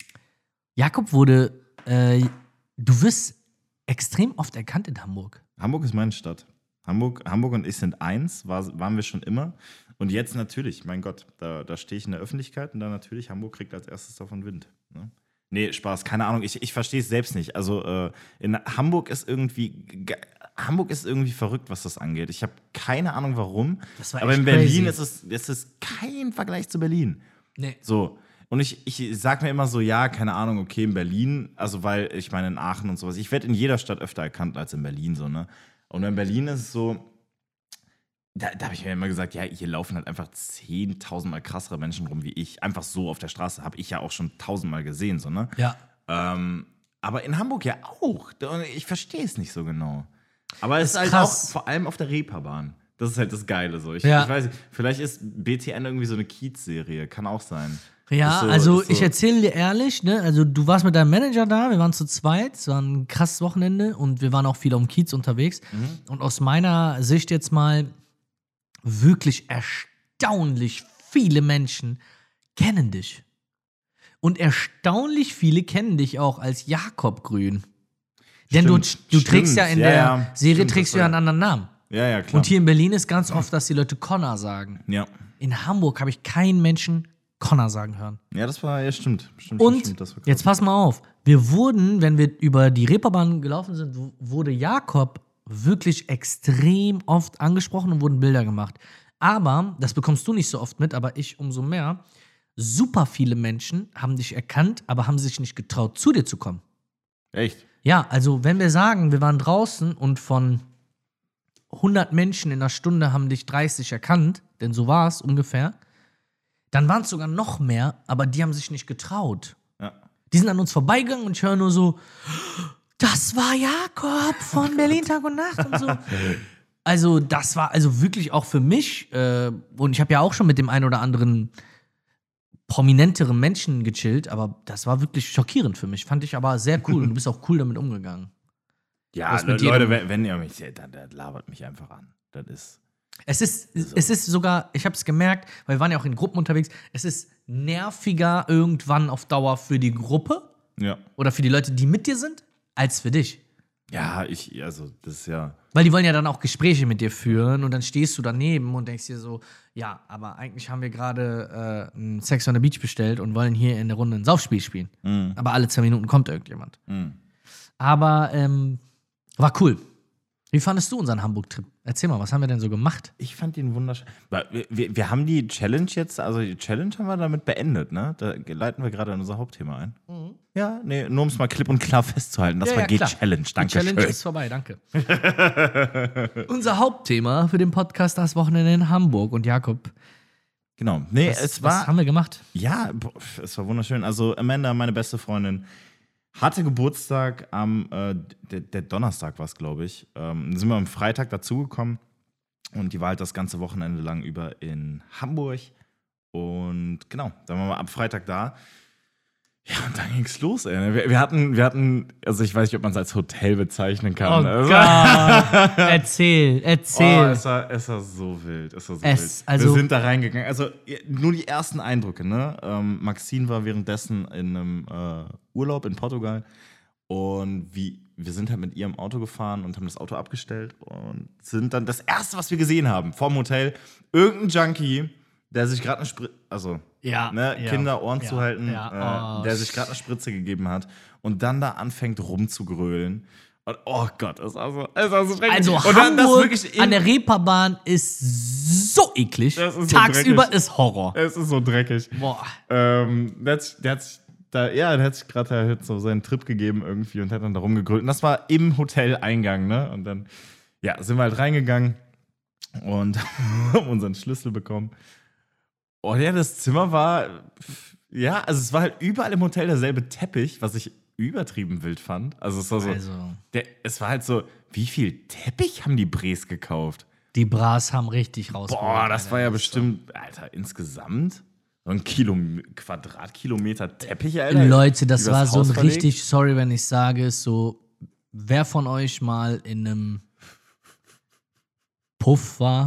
Jakob wurde, äh, du wirst extrem oft erkannt in Hamburg. Hamburg ist meine Stadt. Hamburg, Hamburg und ich sind eins, war, waren wir schon immer. Und jetzt natürlich, mein Gott, da, da stehe ich in der Öffentlichkeit und dann natürlich, Hamburg kriegt als erstes davon Wind. Ne? Nee, Spaß, keine Ahnung, ich, ich verstehe es selbst nicht. Also äh, in Hamburg ist irgendwie, ge- Hamburg ist irgendwie verrückt, was das angeht. Ich habe keine Ahnung, warum. Das war aber echt in Berlin crazy. ist es, ist es kein Vergleich zu Berlin. Nee. So. Und ich, ich sag mir immer so, ja, keine Ahnung, okay, in Berlin, also weil, ich meine, in Aachen und sowas, ich werde in jeder Stadt öfter erkannt als in Berlin, so, ne? Und in Berlin ist es so, da, da habe ich mir immer gesagt, ja, hier laufen halt einfach zehntausendmal krassere Menschen rum wie ich. Einfach so auf der Straße, habe ich ja auch schon tausendmal gesehen, so, ne? Ja. Ähm, aber in Hamburg ja auch. Und ich verstehe es nicht so genau. Aber es ist ist halt krass. auch vor allem auf der Reeperbahn. Das ist halt das Geile so. Ich, Ja. ich weiß nicht, vielleicht ist B T N irgendwie so eine Kiez-Serie. Kann auch sein. Ja, Ist so- also ist so- ich erzähle dir ehrlich, ne, also du warst mit deinem Manager da, wir waren zu zweit, es war ein krasses Wochenende und wir waren auch viel am Kiez unterwegs. Und aus meiner Sicht jetzt mal wirklich erstaunlich viele Menschen kennen dich. Und erstaunlich viele kennen dich auch als Jakob Grün. Denn du, Stimmt, du trägst ja stimmt. in Ja, der ja. Serie Stimmt, trägst das du ja war- einen anderen Namen. Ja, ja, klar. Und hier in Berlin ist ganz oft, dass die Leute Connor sagen. ja. In Hamburg habe ich keinen Menschen Connor sagen hören. ja, das war, ja, stimmt. stimmt Und stimmt, das war krass. jetzt pass mal auf. Wir wurden, wenn wir über die Reeperbahn gelaufen sind, w- wurde Jakob wirklich extrem oft angesprochen und wurden Bilder gemacht. Aber, das bekommst du nicht so oft mit, aber ich umso mehr, super viele Menschen haben dich erkannt, aber haben sich nicht getraut, zu dir zu kommen. Echt? Ja, also wenn wir sagen, wir waren draußen und von hundert Menschen in einer Stunde haben dich dreißig erkannt, denn so war es ungefähr. Dann waren es sogar noch mehr, aber die haben sich nicht getraut. Ja. Die sind an uns vorbeigegangen und ich höre nur so, das war Jakob von Berlin Tag und Nacht und so. Also das war also wirklich auch für mich, äh, und ich habe ja auch schon mit dem einen oder anderen prominenteren Menschen gechillt, aber das war wirklich schockierend für mich. Fand ich aber sehr cool und du bist auch cool damit umgegangen. Ja, Was mit Le- Leute, jedem- wenn, wenn ihr mich seht, dann, dann labert mich einfach an. Das ist. Es ist, So. es ist sogar, ich habe es gemerkt, weil wir waren ja auch in Gruppen unterwegs, es ist nerviger irgendwann auf Dauer für die Gruppe Ja. oder für die Leute, die mit dir sind, als für dich. Ja, ich, also, das ist ja. Weil die wollen ja dann auch Gespräche mit dir führen und dann stehst du daneben und denkst dir so, ja, aber eigentlich haben wir gerade äh, ein Sex on the Beach bestellt und wollen hier in der Runde ein Saufspiel spielen. Mm, Aber alle zwei Minuten kommt irgendjemand. mm. Aber ähm, war cool. Wie fandest du unseren Hamburg-Trip? Erzähl mal, was haben wir denn so gemacht? Ich fand ihn wunderschön. Weil Wir, wir, wir haben die Challenge jetzt, also die Challenge haben wir damit beendet, ne? Da leiten wir gerade in unser Hauptthema ein. Ja, nee, nur um es mal klipp und klar festzuhalten. Das Ja, war ja, die klar. Challenge. Die Danke Challenge schön. ist vorbei, danke. Unser Hauptthema für den Podcast das Wochenende in Hamburg. Und Jakob, Genau. Nee, was, es was war. haben wir gemacht? Ja, boah, es war wunderschön. Also Amanda, meine beste Freundin, hatte Geburtstag am, äh, der, der Donnerstag war es, glaube ich. Ähm, dann sind wir am Freitag dazugekommen und die war halt das ganze Wochenende lang über in Hamburg. Und genau, dann waren wir ab Freitag da. Ja, und dann ging's los, ey. Wir, wir hatten, wir hatten, also ich weiß nicht, ob man es als Hotel bezeichnen kann. Also, Gott. erzähl, erzähl. Oh, es war, es war so wild. Es war so Es, wild. also- wir sind da reingegangen. Also nur die ersten Eindrücke, ne? Ähm, Maxine war währenddessen in einem äh, Urlaub in Portugal. Und wie, wir sind halt mit ihrem Auto gefahren und haben das Auto abgestellt und sind dann das erste, was wir gesehen haben, vorm Hotel, irgendein Junkie, der sich gerade eine Spritze, also Ja, ne, ja, Kinder Ohren ja, zu halten, ja, äh, oh, der sich gerade eine Spritze gegeben hat und dann da anfängt rumzugrölen. Und oh Gott, das war so, das war so schrecklich. Also und dann das Hamburg wirklich in- an der Reeperbahn ist so eklig. Das ist so Tagsüber dreckig. ist Horror. Es ist so dreckig. Boah. Ähm, der hat, der hat da, ja, der hat sich gerade halt so seinen Trip gegeben irgendwie und hat dann da rumgegrölt. Und das war im Hoteleingang, ne? Und dann, ja, sind wir halt reingegangen und haben unseren Schlüssel bekommen. Und ja, das Zimmer war, ja, also es war halt überall im Hotel derselbe Teppich, was ich übertrieben wild fand. Also es war so, Also, der, es war halt so, wie viel Teppich haben die Bres gekauft? die Bras haben richtig rausgeholt. Boah, das Alter. war ja ist bestimmt, Alter, insgesamt so ein Kilo, Quadratkilometer Teppich, So. Alter. Leute, das übers war so Haus ein verlegt. richtig, sorry, wenn ich sage, ist so, wer von euch mal in einem Puff war,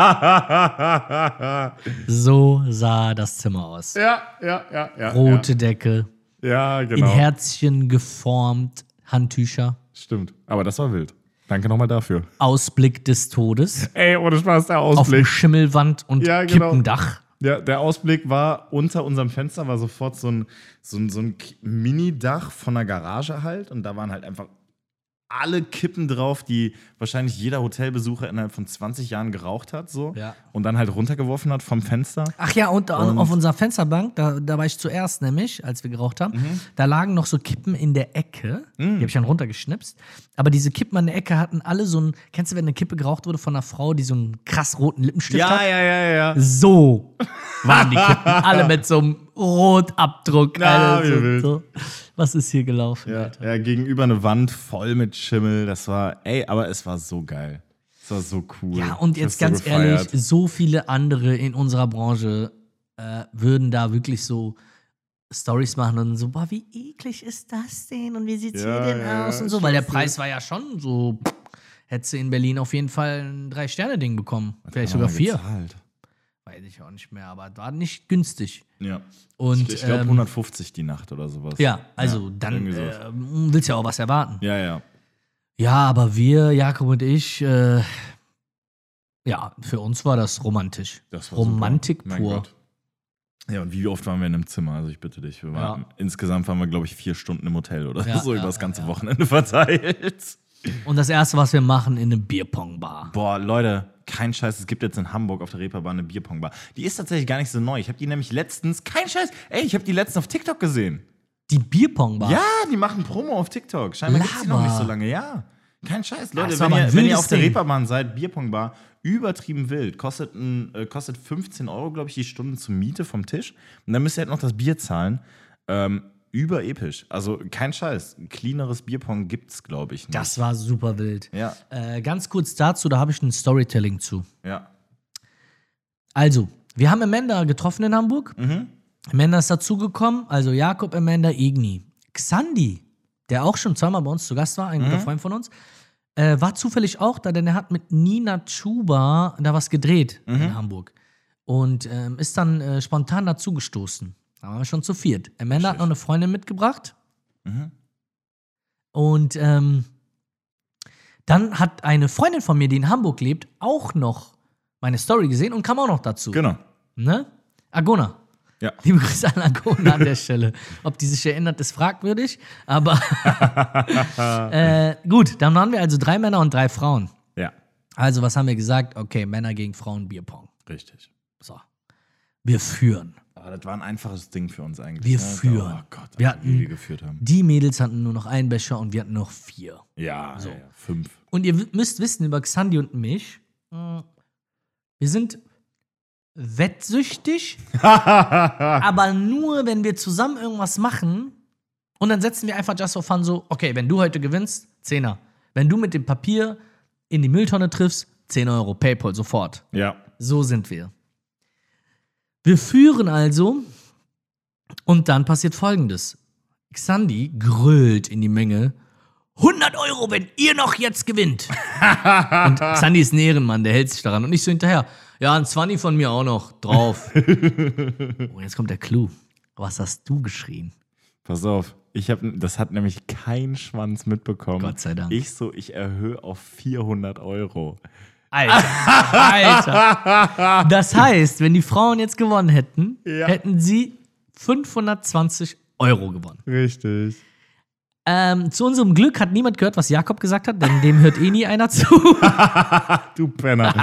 so sah das Zimmer aus. ja, ja, ja, ja. Rote Decke, Ja, in genau. Herzchen geformt, Handtücher, Stimmt. Aber das war wild. Danke nochmal dafür. Ausblick des Todes, Ey, ohne Spaß, der auf dem Schimmelwand und Ja, genau. Kippendach. Ja, der Ausblick war, unter unserem Fenster war sofort so ein, so ein, so ein K- Mini-Dach von einer Garage halt. Und da waren halt einfach alle Kippen drauf, die wahrscheinlich jeder Hotelbesucher innerhalb von zwanzig Jahren geraucht hat. So. Ja. Und dann halt runtergeworfen hat vom Fenster. Ach ja, und, Und- auf unserer Fensterbank, da, da war ich zuerst nämlich, als wir geraucht haben, Mhm. da lagen noch so Kippen in der Ecke. Die habe ich dann runtergeschnipst. Aber diese Kippen an der Ecke hatten alle so ein, kennst du, wenn eine Kippe geraucht wurde von einer Frau, die so einen krass roten Lippenstift hat? ja, ja, ja. So waren die Kippen. Alle mit so einem Rotabdruck. Na, Alter, wie so, wild. so. Was ist hier gelaufen, Ja, Alter? ja, gegenüber eine Wand voll mit Schimmel. Das war, ey, aber es war so geil. Es war so cool. Ja, und Ich jetzt hab's ganz so gefeiert. ehrlich, so viele andere in unserer Branche äh, würden da wirklich so Stories machen und so, boah, wie eklig ist das denn und wie sieht's Ja, hier denn ja, aus und ich so, weil der weiß Preis war ja schon so, pff, hättest du in Berlin auf jeden Fall ein Drei-Sterne-Ding bekommen. Was Vielleicht haben wir sogar vier. gezahlt? Weiß ich auch nicht mehr, aber war nicht günstig. Ja. Und, ich glaube ähm, hundertfünfzig die Nacht oder sowas. Ja, also Ja, dann irgendwie sowas. äh, willst ja auch was erwarten. Ja, ja. Ja, aber wir, Jakob und ich, äh, ja, für uns war das romantisch. Das war Romantik super. Mein pur. Gott. Ja, und wie oft waren wir in einem Zimmer? Also ich bitte dich. Wir waren, Ja. Insgesamt waren wir, glaube ich, vier Stunden im Hotel oder Ja, so ja, über das ja, ganze ja. Wochenende verteilt. Und das Erste, was wir machen, in eine Bierpong-Bar. Boah, Leute, kein Scheiß. Es gibt jetzt in Hamburg auf der Reeperbahn eine Bierpongbar. Die ist tatsächlich gar nicht so neu. Ich habe die nämlich letztens, kein Scheiß, ey, ich habe die letztens auf TikTok gesehen. Die Bierpong-Bar? Ja, die machen Promo auf TikTok. Scheinbar gibt es die noch Laber. nicht so lange, ja. Kein Scheiß, Ja, Leute, es war wenn, aber ihr, ein wenn ihr wildes auf der Ding. Reeperbahn seid, Bierpongbar, übertrieben wild. Kostet, ein, äh, kostet fünfzehn Euro, glaube ich, die Stunde zur Miete vom Tisch. Und dann müsst ihr halt noch das Bier zahlen. Ähm, überepisch. Also kein Scheiß. Ein cleaneres Bierpong gibt's, glaube ich, nicht. Das war super wild. Ja. Äh, ganz kurz dazu, da habe ich ein Storytelling zu. Ja. Also, wir haben Amanda getroffen in Hamburg. Mhm. Amanda ist dazugekommen, also Jakob, Amanda, Igni. Xandi, der auch schon zweimal bei uns zu Gast war, ein guter Freund von uns, äh, war zufällig auch da, denn er hat mit Nina Chuba da was gedreht in Hamburg. Und ähm, ist dann äh, spontan dazugestoßen. Da waren wir schon zu viert. Amanda hat noch eine Freundin mitgebracht. Mhm. Und ähm, dann hat eine Freundin von mir, die in Hamburg lebt, auch noch meine Story gesehen und kam auch noch dazu. Genau. Ne? Agona. Ja. Liebe Grüße an Agona an der Stelle. Ob die sich erinnert, ist fragwürdig. Aber äh, gut, dann waren wir also drei Männer und drei Frauen. Ja. Also, was haben wir gesagt? Okay, Männer gegen Frauen, Bierpong. Richtig. So. Wir führen. Aber das war ein einfaches Ding für uns eigentlich. Wir ne? führen. Oh Gott, Wir Alter, wie wir hatten- geführt haben. Die Mädels hatten nur noch einen Becher und wir hatten noch vier. Ja, So. ja, ja, fünf. Und ihr w- müsst wissen über Xandi und mich, mh, wir sind wettsüchtig, aber nur, wenn wir zusammen irgendwas machen und dann setzen wir einfach just for fun so, okay, wenn du heute gewinnst, Zehner. Wenn du mit dem Papier in die Mülltonne triffst, zehn Euro, Paypal, sofort. Ja. So sind wir. Wir führen also und dann passiert Folgendes. Xandi grölt in die Menge, hundert Euro, wenn ihr noch jetzt gewinnt. Und Xandi ist ein Ehrenmann, der hält sich daran. Und ich so hinterher, ja, ein zwanzig von mir auch noch drauf. Oh, jetzt kommt der Clou. Was hast du geschrien? Pass auf, ich hab, das hat nämlich kein Schwanz mitbekommen. Gott sei Dank. Ich so, ich erhöhe auf vierhundert Euro. Alter, Alter. Das heißt, wenn die Frauen jetzt gewonnen hätten, Ja. hätten sie fünfhundertzwanzig Euro gewonnen. Richtig. Ähm, zu unserem Glück hat niemand gehört, was Jakob gesagt hat, denn dem hört eh nie einer zu. Du Penner.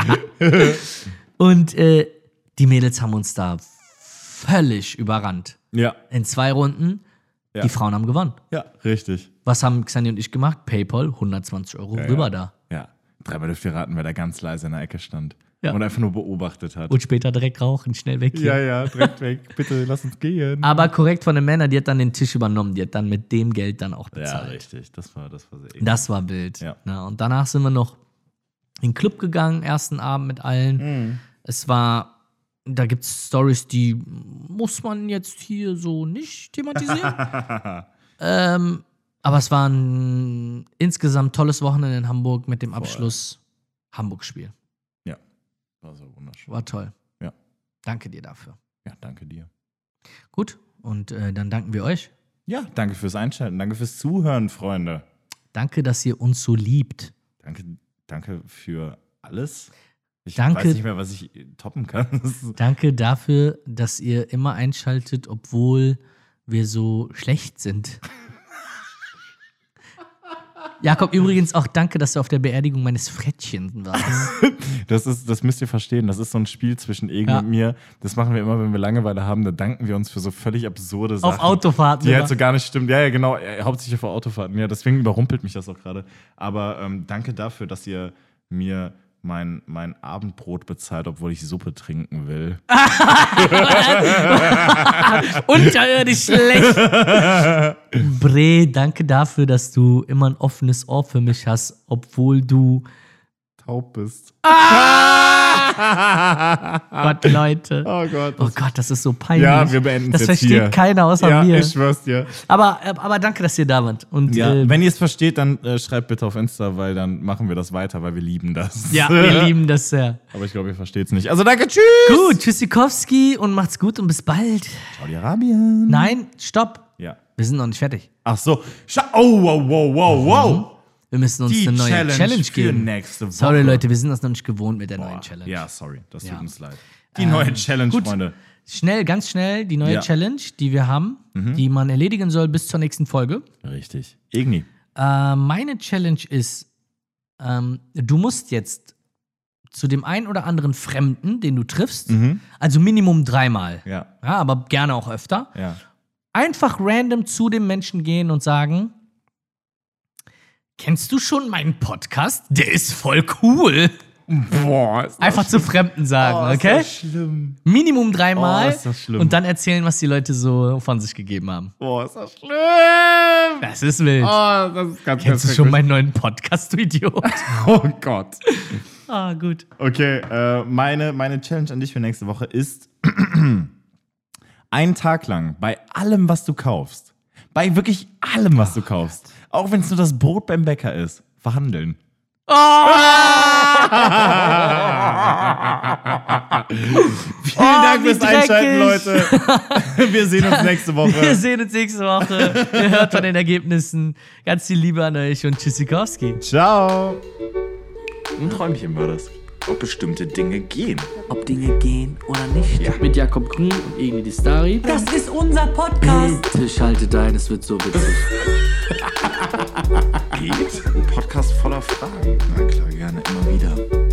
Und äh, die Mädels haben uns da völlig überrannt. Ja, In zwei Runden, Ja. die Frauen haben gewonnen. ja, richtig. Was haben Xandi und ich gemacht? Paypal, hundertzwanzig Euro Ja, rüber ja. da. Ja, dreimal dürft ihr raten, wer da ganz leise in der Ecke stand. Ja. Und einfach nur beobachtet hat. Und später direkt rauchen, schnell weg hier. Ja, ja, direkt weg. Bitte, lass uns gehen. Aber korrekt von den Männern, die hat dann den Tisch übernommen, die hat dann mit dem Geld dann auch Ja, bezahlt. richtig. Das war, das war sehr eklig. Das war wild. Ja. Na, und danach sind wir noch in den Club gegangen, ersten Abend mit allen. Mhm. Es war, da gibt es Stories, die muss man jetzt hier so nicht thematisieren. ähm, aber es war ein insgesamt tolles Wochenende in Hamburg mit dem Abschluss Hamburg-Spiel. War so wunderschön. War toll. Ja. Danke dir dafür. Ja, danke dir. Gut, und äh, dann danken wir euch. Ja, danke fürs Einschalten. Danke fürs Zuhören, Freunde. Danke, dass ihr uns so liebt. Danke, danke für alles. Ich Danke. weiß nicht mehr, was ich toppen kann. Das ist- Danke dafür, dass ihr immer einschaltet, obwohl wir so schlecht sind. Jakob, übrigens auch danke, dass du auf der Beerdigung meines Frettchens warst. Das, ist, das müsst ihr verstehen. Das ist so ein Spiel zwischen Egen Ja. und mir. Das machen wir immer, wenn wir Langeweile haben. Da danken wir uns für so völlig absurde Sachen. Auf Autofahrten. Die immer. halt so gar nicht stimmt. Ja, ja, genau. Äh, Hauptsächlich auf Autofahrten. Ja, deswegen überrumpelt mich das auch gerade. Aber ähm, danke dafür, dass ihr mir mein, mein Abendbrot bezahlt, obwohl ich Suppe trinken will. Unterirdisch schlecht. Bre, danke dafür, dass du immer ein offenes Ohr für mich hast, obwohl du. Taub bist. Gott, Leute. Oh Gott. Oh Gott, das ist so peinlich. Ja, wir beenden Das es jetzt versteht hier. keiner außer ja, mir. ich schwör's dir. Aber, aber danke, dass ihr da wart. Und, Ja, äh, wenn ihr es versteht, dann äh, schreibt bitte auf Insta, weil dann machen wir das weiter, weil wir lieben das. ja, wir lieben das sehr. Aber ich glaube, ihr versteht es nicht. Also danke, tschüss. Gut, Tschüssikowski und macht's gut und bis bald. Saudi-Arabien. Nein, stopp. Ja. Wir sind noch nicht fertig. Ach so. Scha oh, wow, wow, wow, wow. Wir müssen uns Die eine neue Challenge, Challenge, für geben. nächste Woche. Sorry, Leute, wir sind das noch nicht gewohnt mit der Boah. neuen Challenge. Ja, sorry. Das tut Ja. uns leid. Die neue Challenge, gut. Freunde. Schnell, ganz schnell, die neue Ja. Challenge, die wir haben, die man erledigen soll bis zur nächsten Folge. Richtig. Igni. Äh, meine Challenge ist, ähm, du musst jetzt zu dem einen oder anderen Fremden, den du triffst, also Minimum dreimal, Ja. ja, aber gerne auch öfter, Ja. einfach random zu dem Menschen gehen und sagen, kennst du schon meinen Podcast? Der ist voll cool. Boah, ist das Einfach zu Fremden sagen, oh, ist okay? das schlimm. Minimum dreimal Oh, ist das schlimm. und dann erzählen, was die Leute so von sich gegeben haben. Boah, ist das schlimm. Das ist wild. Oh, das ist ganz, Kennst du ganz schon schrecklich. meinen neuen Podcast, du Idiot? Oh Gott. Ah, gut. Okay, äh, meine, meine Challenge an dich für nächste Woche ist, einen Tag lang bei allem, was du kaufst, bei wirklich allem, was du kaufst, auch wenn es nur das Brot beim Bäcker ist, verhandeln. Oh! Vielen Dank wie fürs Einschalten, dreckig. Leute. Wir sehen uns nächste Wir Woche. sehen uns nächste Woche. Ihr hört von den Ergebnissen. Ganz viel Liebe an euch und Tschüssikowski. Ciao. Ein Träumchen war das. Ob bestimmte Dinge gehen. Ob Dinge gehen oder nicht. Ja. Mit Jakob Grün und Egni Distari. Das ist unser Podcast. Bitte schaltet ein, es wird so witzig. Geht? Ein Podcast voller Fragen. Na klar, gerne immer wieder.